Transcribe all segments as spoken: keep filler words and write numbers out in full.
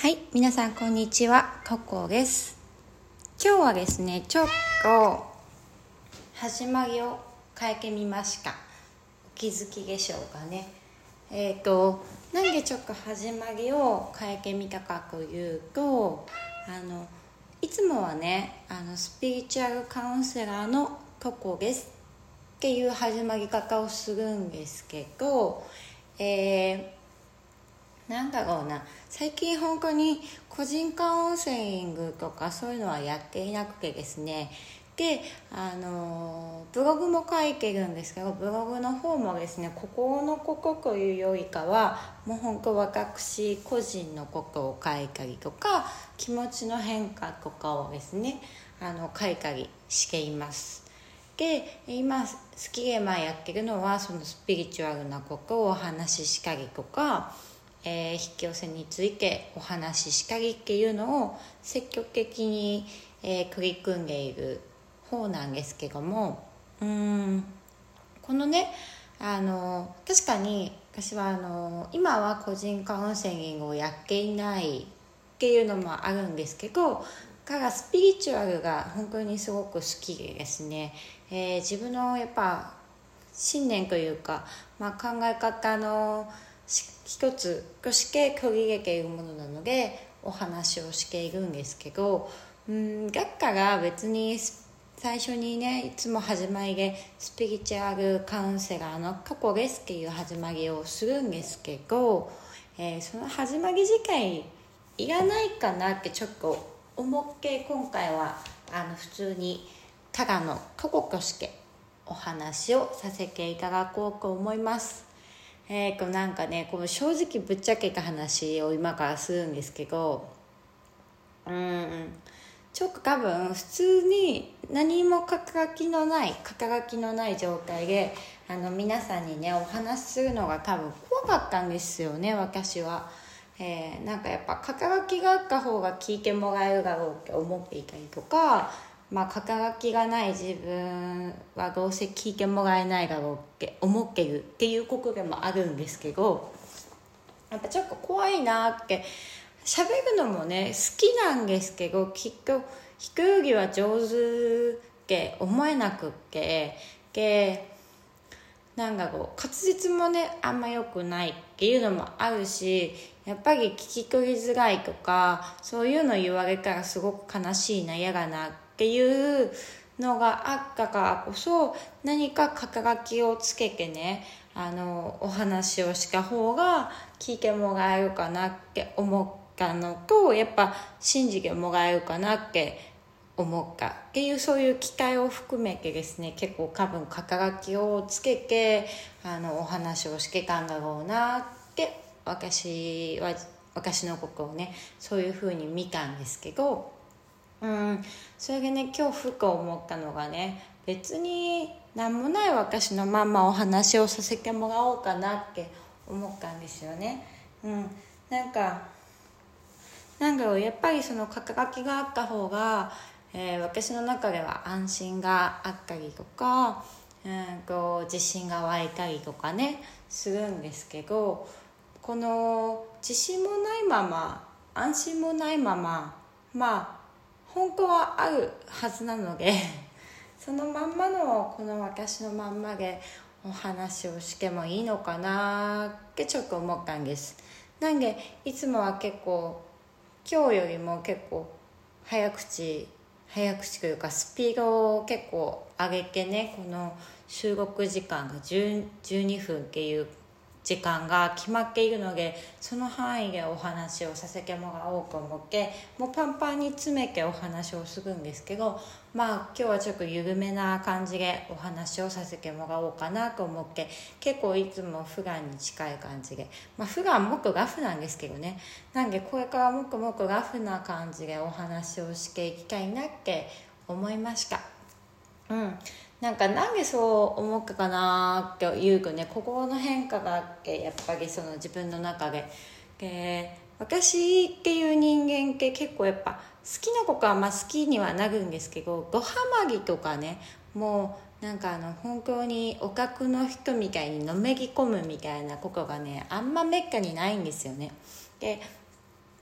はい、皆さんこんにちは、ココです。今日はですね、ちょっと始まりを変えてみました。お気づきでしょうかね。えっ、ー、となんでちょっと始まりを変えてみたかというと、あのいつもはね、あのスピリチュアルカウンセラーのココですっていう始まり方をするんですけど、えーなんだろうな、最近本当に個人カウンセリングとかそういうのはやっていなくてですね、であのブログも書いてるんですけど、ブログの方もですね、心のことというよりかはもう本当私個人のことを書いたりとか、気持ちの変化とかをですね、あの書いたりしています。で今好きでまあやってるのは、そのスピリチュアルなことをお話ししたりとか、えー、引き寄せについてお話ししたりっていうのを積極的に、えー、取り組んでいる方なんですけども、うーんこのね、あの確かに私はあの今は個人カウンセリングをやっていないっていうのもあるんですけど、からスピリチュアルが本当にすごく好きでですね、えー、自分のやっぱ信念というか、まあ、考え方の一つとして取り入れているものなのでお話をしているんですけど、うんだから別に最初にね、いつも始まりでスピリチュアルカウンセラーのココですっていう始まりをするんですけど、えー、その始まり自体いらないかなってちょっと思って今回はあの普通にただのココとしてお話をさせていただこうと思います。えー、なんかね、この正直ぶっちゃけた話を今からするんですけど、うーんちょっと多分普通に何も肩書きのない肩書きのない状態であの皆さんにねお話しするのが多分怖かったんですよね、私は。えー、なんかやっぱ肩書きがあった方が聞いてもらえるだろうって思っていたりとか、まあ、肩書きがない自分はどうせ聞いてもらえないだろうって思ってるっていうことでもあるんですけど、やっぱちょっと怖いなって喋るのもね好きなんですけど、きっと弾くよりは上手って思えなくってでなんだろう、滑舌もねあんま良くないっていうのもあるし、やっぱり聞き取りづらいとかそういうの言われたらすごく悲しいな、嫌だなっていうのがあったからこそ、何か肩書きをつけてね、あのお話をした方が聞いてもらえるかなって思ったのと、やっぱ信じてもらえるかなって思ったっていう、そういう期待を含めてですね、結構多分肩書きをつけてあのお話をしてたんだろうなって私は私のことをねそういう風に見たんですけど、うんそれでね今日ふと思ったのがね、別に何もない私のまんまお話をさせてもらおうかなって思ったんですよね。うんなんかなんだろう、やっぱりその肩書きがあった方が、えー、私の中では安心があったりとか、うんと自信が湧いたりとかねするんですけど、この自信もないまま安心もないまままあ本当はあるはずなのでそのまんまのこの私のまんまでお話をしてもいいのかなってちょっと思ったんです。なんでいつもは結構今日よりも結構早口早口というかスピードを結構上げてね、この収録時間がじゅう、じゅうにふんっていう時間が決まっているので、その範囲でお話をさせてもらおうと思ってもうパンパンに詰めてお話をするんですけど、まあ今日はちょっと緩めな感じでお話をさせてもらおうかなと思って、結構いつも普段に近い感じで、まあ普段もっとラフなんですけどね、なんでこれからもっともっとラフな感じでお話をしていきたいなって思いました。うんなんかなんでそう思ったかなっていうとね、心の変化があって、やっぱりその自分の中でで私っていう人間って結構やっぱ好きなことはまあ好きにはなるんですけど、ドハマりとかね、もうなんかあの本当にオタクの人みたいにのめり込むみたいなことがねあんまめったにないんですよね。で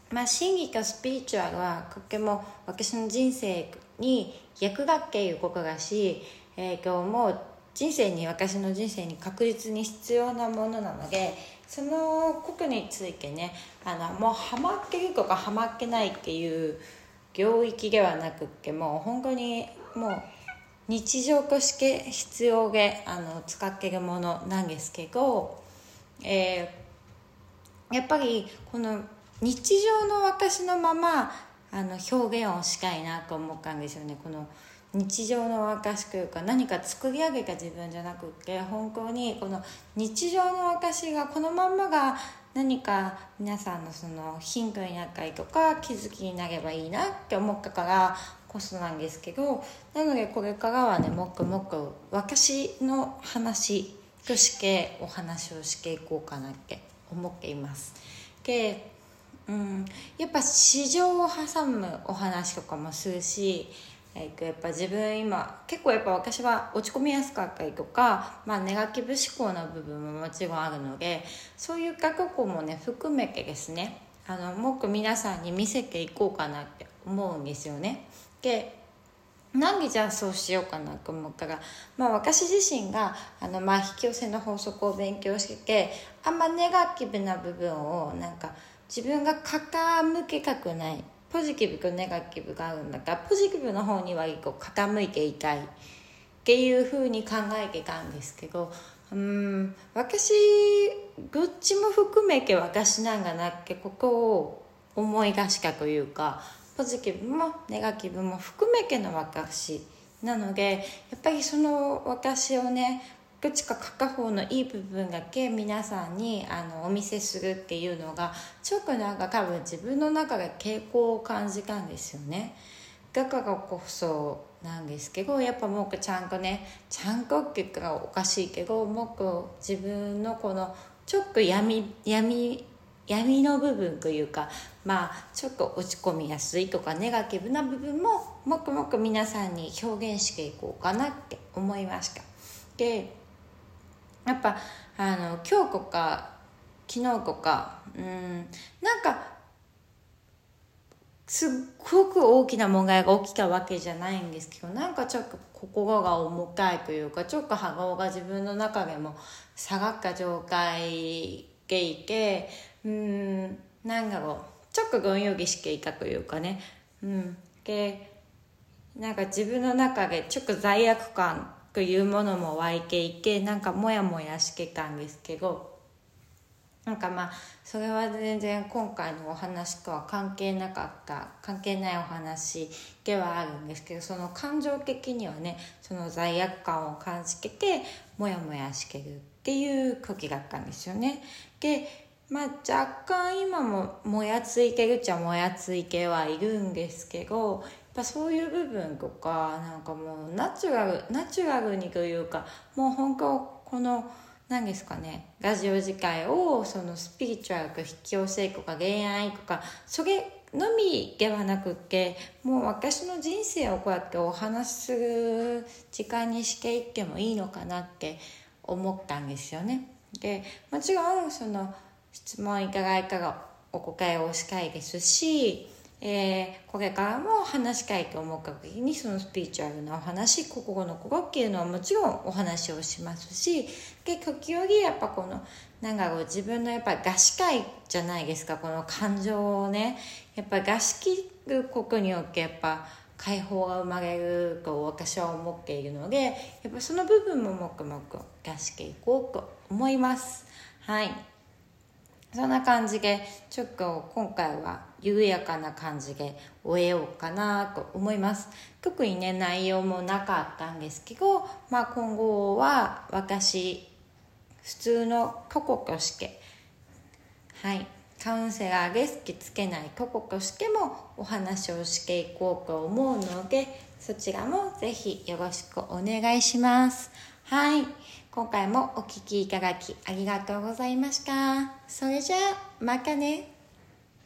まあ真理とスピリチュアルはとても私の人生に役立っていることだし、えー、今日も人生に私の人生に確実に必要なものなので、そのことについてね、あのもうハマってるとかハマってないっていう領域ではなくって、もう本当にもう日常として必要であの使っているものなんですけど、えー、やっぱりこの日常の私のままあの表現をしたいなと思ったんですよね。この日常の私というか、何か作り上げた自分じゃなくて、本当にこの日常の私がこのまんまが何か皆さんのそのヒントになったりとか気づきになればいいなって思ったからこそなんですけど、なのでこれからはね、もっともっと私の話としてお話をしていこうかなって思っています。で、うん、やっぱ市場を挟むお話とかもするし、やっぱ自分今結構やっぱ私は落ち込みやすかったりとか、まあ、ネガティブ思考の部分ももちろんあるので、そういう過去もね含めてですね、あのもっと皆さんに見せていこうかなって思うんですよね。で、なんでじゃあそうしようかなと思ったら、まあ、私自身があの、まあ、引き寄せの法則を勉強してて、あんまネガティブな部分をなんか自分が傾けたくない、ポジティブとネガティブがあるんだから、ポジティブの方にはこう傾いていたいっていう風に考えてたんですけど、うーん私どっちも含めて私なんだなってここを思い出したというか、ポジティブもネガティブも含めての私なので、やっぱりその私をね、どっちか片方のいい部分だけ皆さんにあのお見せするっていうのがちょっとなんか多分自分の中で傾向を感じたんですよね。だからこそなんですけど、やっぱもうちゃんとね、ちゃんとって言ったらおかしいけど、もっと自分のこのちょっと闇闇闇の部分というか、まあちょっと落ち込みやすいとかネガティブな部分ももっともっと皆さんに表現していこうかなって思いました。で、やっぱあの今日とか昨日とか、うんなんかすっごく大きな問題が起きたわけじゃないんですけど、なんかちょっと心が重たいというか、ちょっと波動が自分の中でも下がった状態でいて、うんなんだろう、ちょっとどんよりしていたというかね、うんでなんか自分の中でちょっと罪悪感というものも湧いていて、なんかモヤモヤしてたんですけど、なんかまあそれは全然今回のお話とは関係なかった関係ないお話ではあるんですけど、その感情的にはね、その罪悪感を感じててモヤモヤしてるっていう時だったんですよね。で、まあ若干今ももやついてるっちゃもやついてはいるんですけど、やっぱそういう部分とか、なんかもうナチュラルナチュラルにというか、もう本当この何ですかね、ラジオ自体をそのスピリチュアルと引き寄せとか恋愛とかそれのみではなくって、もう私の人生をこうやってお話しする時間にしていってもいいのかなって思ったんですよね。で、もちろんその質問いただいたらお答えをしたいですし、えー、これからも話したいと思う限りにそのスピリチュアルなお話、心の心っていうのはもちろんお話をしますし、で時折やっぱこのなんだろう、自分のやっぱり出し会じゃないですか、この感情をねやっぱ出し切ることによってやっぱ解放が生まれると私は思っているので、やっぱその部分ももくもく出していこうと思います。はい、そんな感じでちょっと今回は緩やかな感じで終えようかなと思います。特にね内容もなかったんですけど、まあ今後は私普通の過去としてはいカウンセラーでつきつけない過去としてもお話をしていこうと思うので、そちらもぜひよろしくお願いします。はい、今回もお聞きいただきありがとうございました。それじゃあまたね。